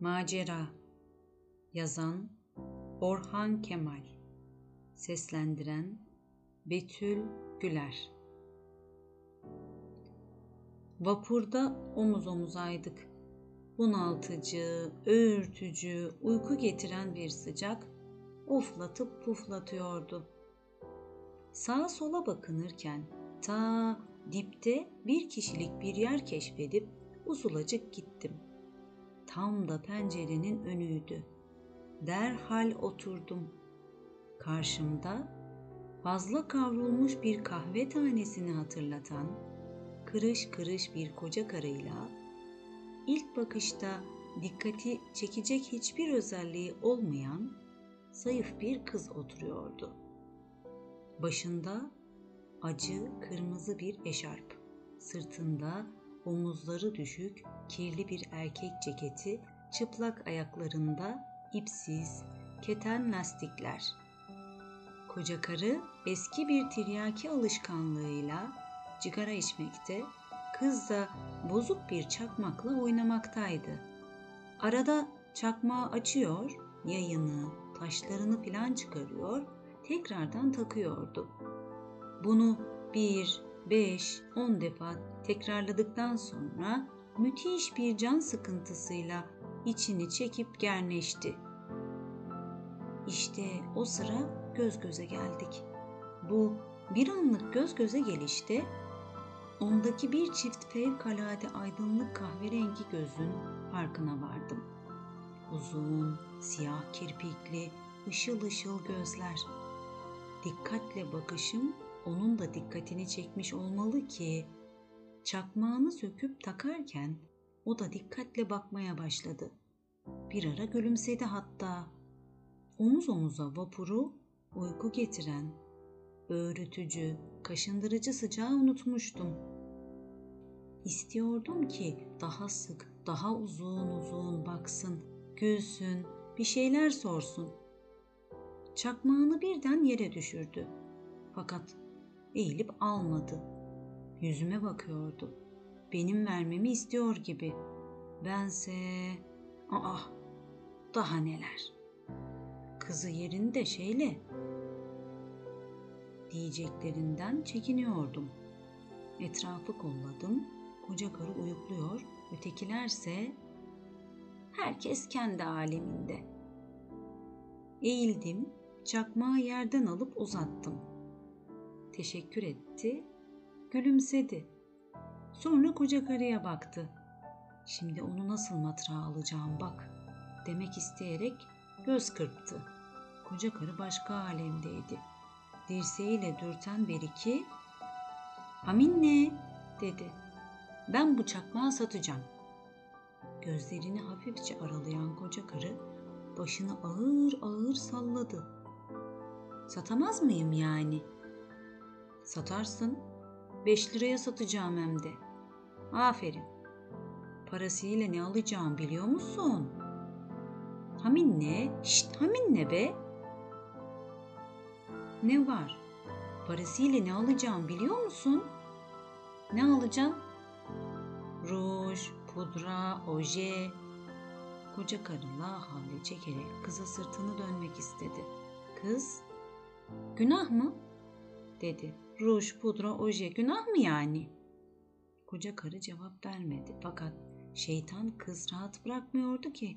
Macera. Yazan Orhan Kemal. Seslendiren Betül Güler. Vapurda omuz omuzaydık. Bunaltıcı, öğürtücü, uyku getiren bir sıcak oflatıp puflatıyordu. Sağa sola bakınırken ta dipte bir kişilik bir yer keşfedip usulacık gittim. Tam da pencerenin önüydü. Derhal oturdum. Karşımda fazla kavrulmuş bir kahve tanesini hatırlatan kırış kırış bir koca karıyla ilk bakışta dikkati çekecek hiçbir özelliği olmayan zayıf bir kız oturuyordu. Başında acı kırmızı bir eşarp, sırtında omuzları düşük kirli bir erkek ceketi, çıplak ayaklarında ipsiz keten lastikler. Koca karı eski bir tiryaki alışkanlığıyla cigara içmekte, kız da bozuk bir çakmakla oynamaktaydı. Arada çakmağı açıyor, yayını, taşlarını filan çıkarıyor, tekrardan takıyordu. Bunu 1, 5, 10 defa tekrarladıktan sonra müthiş bir can sıkıntısıyla içini çekip gerneşti. İşte o sıra göz göze geldik. Bu bir anlık göz göze gelişte ondaki bir çift fevkalade aydınlık kahverengi gözün farkına vardım. Uzun, siyah kirpikli, ışıl ışıl gözler. Dikkatle bakışım onun da dikkatini çekmiş olmalı ki çakmağını söküp takarken o da dikkatle bakmaya başladı. Bir ara gülümsedi hatta. Omuz omuza vapuru uyku getiren, öğrütücü, kaşındırıcı sıcağı unutmuştum. İstiyordum ki daha sık, daha uzun baksın, gülsün, bir şeyler sorsun. Çakmağını birden yere düşürdü. Fakat eğilip almadı. Yüzüme bakıyordu. Benim vermemi istiyor gibi. Bense, daha neler. Kızı yerinde şeyle diyeceklerinden çekiniyordum. Etrafı kolladım. Koca karı uyukluyor, ötekilerse herkes kendi aleminde. Eğildim, çakmağı yerden alıp uzattım. Teşekkür etti, gülümsedi. Sonra koca karıya baktı. Şimdi onu nasıl matrağa alacağım bak, demek isteyerek göz kırptı. Koca karı başka alemdeydi. Dirseğiyle dürten Beriki, "Haminne," dedi. "Ben bu çakmağı satacağım." Gözlerini hafifçe aralayan koca karı başını ağır ağır salladı. "Satamaz mıyım yani?" "Satarsın. 5 liraya satacağım hem de." "Aferin. Parasıyla ne alacağım biliyor musun?" "Haminne, haminne be." "Ne var? Parasıyla ne alacağım biliyor musun?" "Ne alacaksın?" "Ruj, pudra, oje." Koca karı la havle çekerek kıza sırtını dönmek istedi. Kız, "Günah mı?" dedi. "Ruj, pudra, oje günah mı yani?" Koca karı cevap vermedi. Fakat şeytan kız rahat bırakmıyordu ki.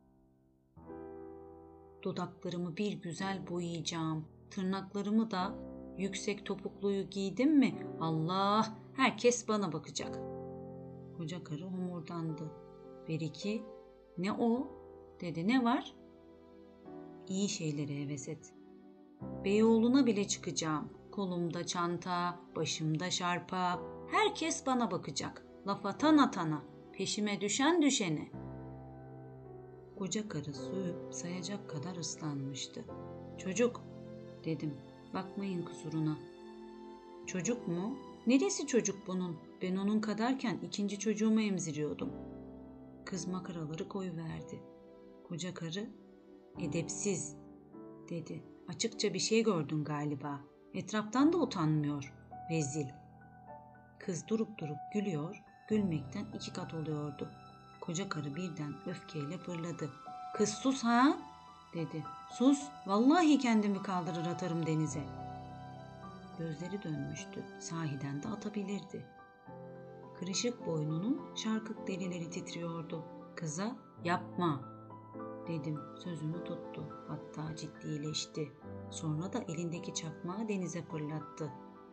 "Dudaklarımı bir güzel boyayacağım. Tırnaklarımı da yüksek topukluyu giydim mi Allah, herkes bana bakacak." Koca karı homurdandı. Beriki, "Ne o?" dedi. "Ne var?" "İyi şeylere heves et. Beyoğlu'na bile çıkacağım. Kolumda çanta, başımda şarpa. Herkes bana bakacak. Laf atan atana, peşime düşen düşene." Koca karı soğuyup sayacak kadar ıslanmıştı. "Çocuk," dedim. "Bakmayın kusuruna." "Çocuk mu? Neresi çocuk bunun? Ben onun kadarken 2. çocuğumu emziriyordum." Kız makaraları koyuverdi. Koca karı, "Edepsiz," dedi. "Açıkça bir şey gördün galiba. Etraftan da utanmıyor. Rezil." Kız durup gülüyor, gülmekten 2 kat oluyordu. Koca karı birden öfkeyle fırladı. Kız sus ha, dedi. Sus, vallahi kendimi kaldırır atarım denize. Gözleri dönmüştü, sahiden de atabilirdi. Kırışık boynunun şarkık derileri titriyordu. Kıza yapma dedim, sözünü tuttu, hatta ciddileşti. Sonra da elindeki çakmağı denize fırlattı.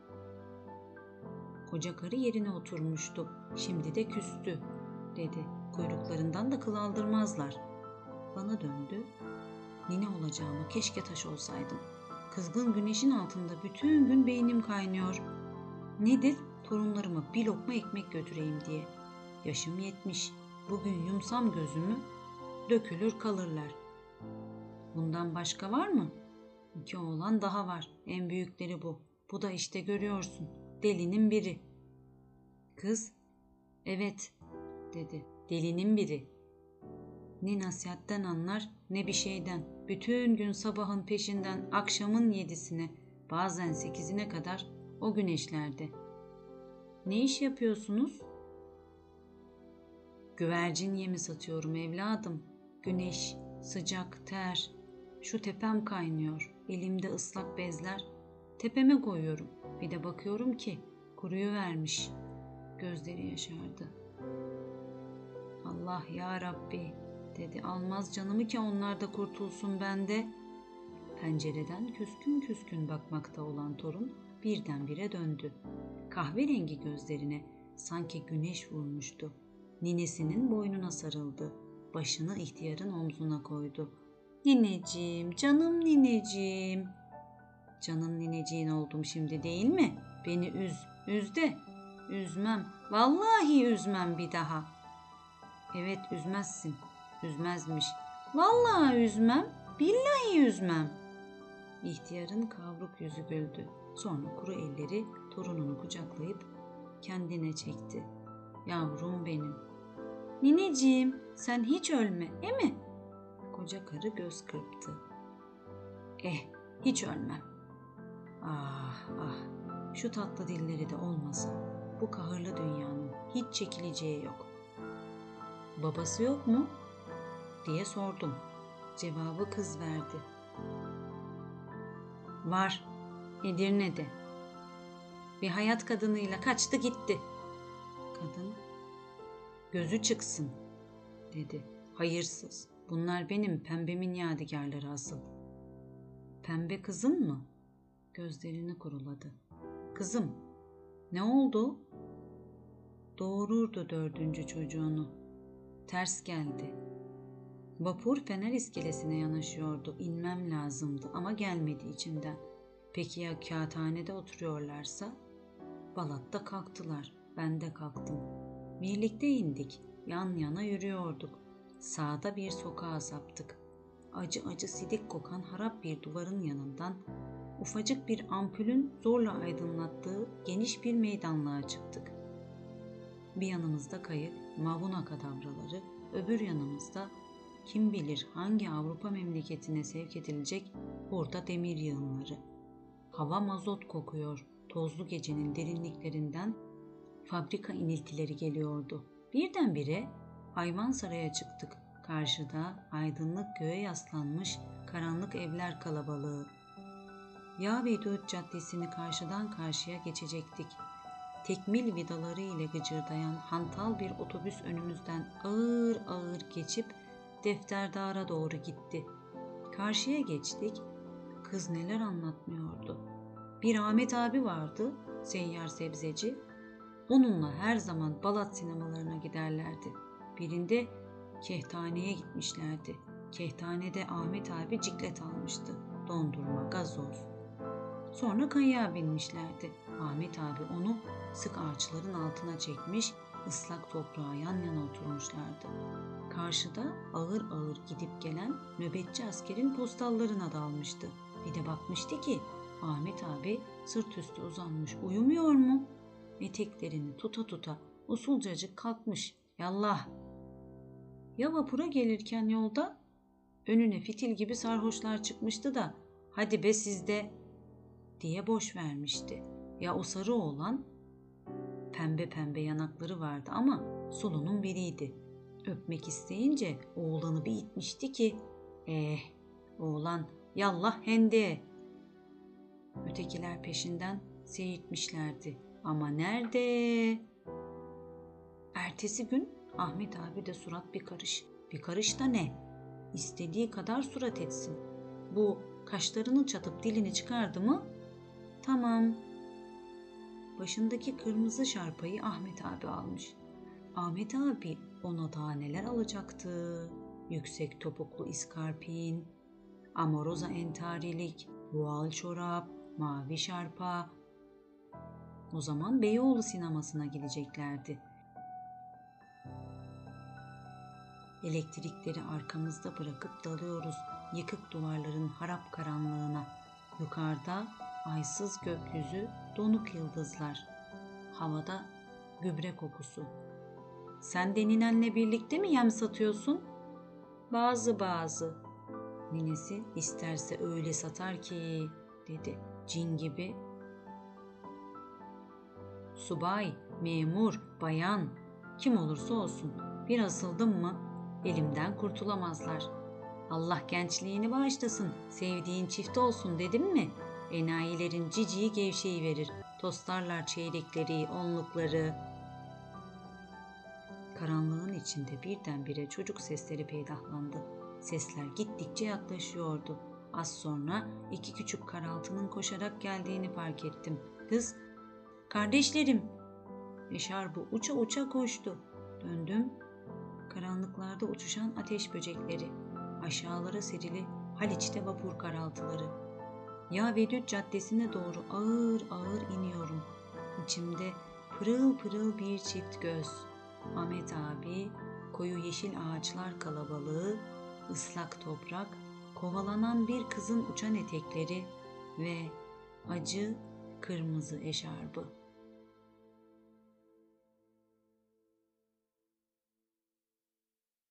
Koca karı yerine oturmuştu. Şimdi de küstü, dedi. Kuyruklarından da kıl aldırmazlar. Bana döndü. Nine olacağıma keşke taş olsaydım. Kızgın güneşin altında bütün gün beynim kaynıyor. Nedir? Torunlarıma bir lokma ekmek götüreyim diye. Yaşım 70. Bugün yumsam gözümü, dökülür kalırlar. Bundan başka var mı? 2 oğlan daha var. En büyükleri bu. Bu da işte görüyorsun. Delinin biri. Kız, evet, dedi. Delinin biri. Ne nasihatten anlar ne bir şeyden. Bütün gün sabahın peşinden akşamın 7'sine, bazen 8'ine kadar o güneşlerde. Ne iş yapıyorsunuz? Güvercin yemi satıyorum evladım. Güneş, sıcak, ter. Şu tepem kaynıyor. Elimde ıslak bezler. Tepeme koyuyorum. Bir de bakıyorum ki kuruyuvermiş. Gözleri yaşardı. Allah ya Rabbi, dedi. Almaz canımı ki onlar da kurtulsun bende. Pencereden küskün küskün bakmakta olan torun birdenbire döndü. Kahverengi gözlerine sanki güneş vurmuştu. Ninesinin boynuna sarıldı. Başını ihtiyarın omzuna koydu. Nineciğim, canım nineciğim. Canın nineciğin oldum şimdi değil mi? Beni üz de. Üzmem, vallahi üzmem bir daha. Evet, üzmezsin. Üzmezmiş. Vallahi üzmem, billahi üzmem. İhtiyarın kavruk yüzü güldü. Sonra kuru elleri torununu kucaklayıp kendine çekti. Yavrum benim. Nineciğim, sen hiç ölme, mi? Koca karı göz kırptı. Hiç ölmem. Ah, şu tatlı dilleri de olmasa bu kahırlı dünyanın hiç çekileceği yok. Babası yok mu? Diye sordum. Cevabı kız verdi. Var, Edirne'de. Bir hayat kadınıyla kaçtı gitti. Kadın, gözü çıksın, dedi. Hayırsız, bunlar benim pembemin yadigarları asıl. Pembe kızın mı? Gözlerini kuruladı. Kızım, ne oldu? Doğururdu 4. çocuğunu. Ters geldi. Vapur Fener iskelesine yanaşıyordu. İnmem lazımdı ama gelmedi içimden. Peki ya kağıthanede oturuyorlarsa? Balat'ta kalktılar. Ben de kalktım. Birlikte indik. Yan yana yürüyorduk. Sağda bir sokağa saptık. Acı acı sidik kokan harap bir duvarın yanından ufacık bir ampulün zorla aydınlattığı geniş bir meydanlığa çıktık. Bir yanımızda kayık, mavuna kadavraları, öbür yanımızda kim bilir hangi Avrupa memleketine sevk edilecek hurda demir yığınları. Hava mazot kokuyor, tozlu gecenin derinliklerinden fabrika iniltileri geliyordu. Birdenbire Ayvansaray'a çıktık. Karşıda aydınlık göğe yaslanmış karanlık evler kalabalığı. Yağbeyliği Caddesi'ni karşıdan karşıya geçecektik. Tekmil vidaları ile gıcırdayan hantal bir otobüs önümüzden ağır ağır geçip Defterdara doğru gitti. Karşıya geçtik. Kız neler anlatmıyordu. Bir Ahmet abi vardı, seyyar sebzeci. Onunla her zaman Balat sinemalarına giderlerdi. Birinde kehtaneye gitmişlerdi. Kehtanede Ahmet abi ciklet almıştı. Dondurma, gazoz. Sonra kayığa binmişlerdi. Ahmet abi onu sık ağaçların altına çekmiş, ıslak toprağa yan yana oturmuşlardı. Karşıda ağır ağır gidip gelen nöbetçi askerin postallarına dalmıştı. Bir de bakmıştı ki Ahmet abi sırt üstü uzanmış, uyumuyor mu? Eteklerini tuta tuta usulcacık kalkmış. Yallah! Ya vapura gelirken yolda önüne fitil gibi sarhoşlar çıkmıştı da hadi be sizde diye boş vermişti. Ya o sarı oğlan, pembe pembe yanakları vardı ama sulunun biriydi. Öpmek isteyince oğlanı bir itmişti ki, oğlan yallah hendeye. Ötekiler peşinden seyirtmişlerdi. Ama nerede? Ertesi gün Ahmet abi de surat bir karış. Bir karış da ne? İstediği kadar surat etsin. Bu kaşlarını çatıp dilini çıkardı mı? Tamam. Başındaki kırmızı şarpayı Ahmet abi almış. Ahmet abi ona daha neler alacaktı? Yüksek topuklu iskarpin, amoroza entarilik, voal çorap, mavi şarpa. O zaman Beyoğlu sinemasına gideceklerdi. Elektrikleri arkamızda bırakıp dalıyoruz yıkık duvarların harap karanlığına. Yukarıda aysız gökyüzü, donuk yıldızlar. Havada gübre kokusu. Sen de ninenle birlikte mi yem satıyorsun? Bazı. Ninesi isterse öyle satar ki, dedi cin gibi. Subay, memur, bayan, kim olursa olsun bir asıldım mı elimden kurtulamazlar. Allah gençliğini bağışlasın, sevdiğin çift olsun dedim mi? Enayilerin ciciyi gevşeyi verir, toslarlar çeyrekleri, onlukları. Karanlığın içinde birdenbire çocuk sesleri peydahlandı. Sesler gittikçe yaklaşıyordu. Az sonra iki küçük karaltının koşarak geldiğini fark ettim. Kız, kardeşlerim! Eşarbı uça uça koştu. Döndüm. Karanlıklarda uçuşan ateş böcekleri. Aşağılara serili Haliç'te vapur karaltıları. Yavedüt Caddesi'ne doğru ağır ağır iniyorum. İçimde pırıl pırıl bir çift göz. Ahmet abi, koyu yeşil ağaçlar kalabalığı, ıslak toprak, kovalanan bir kızın uçan etekleri ve acı kırmızı eşarbı.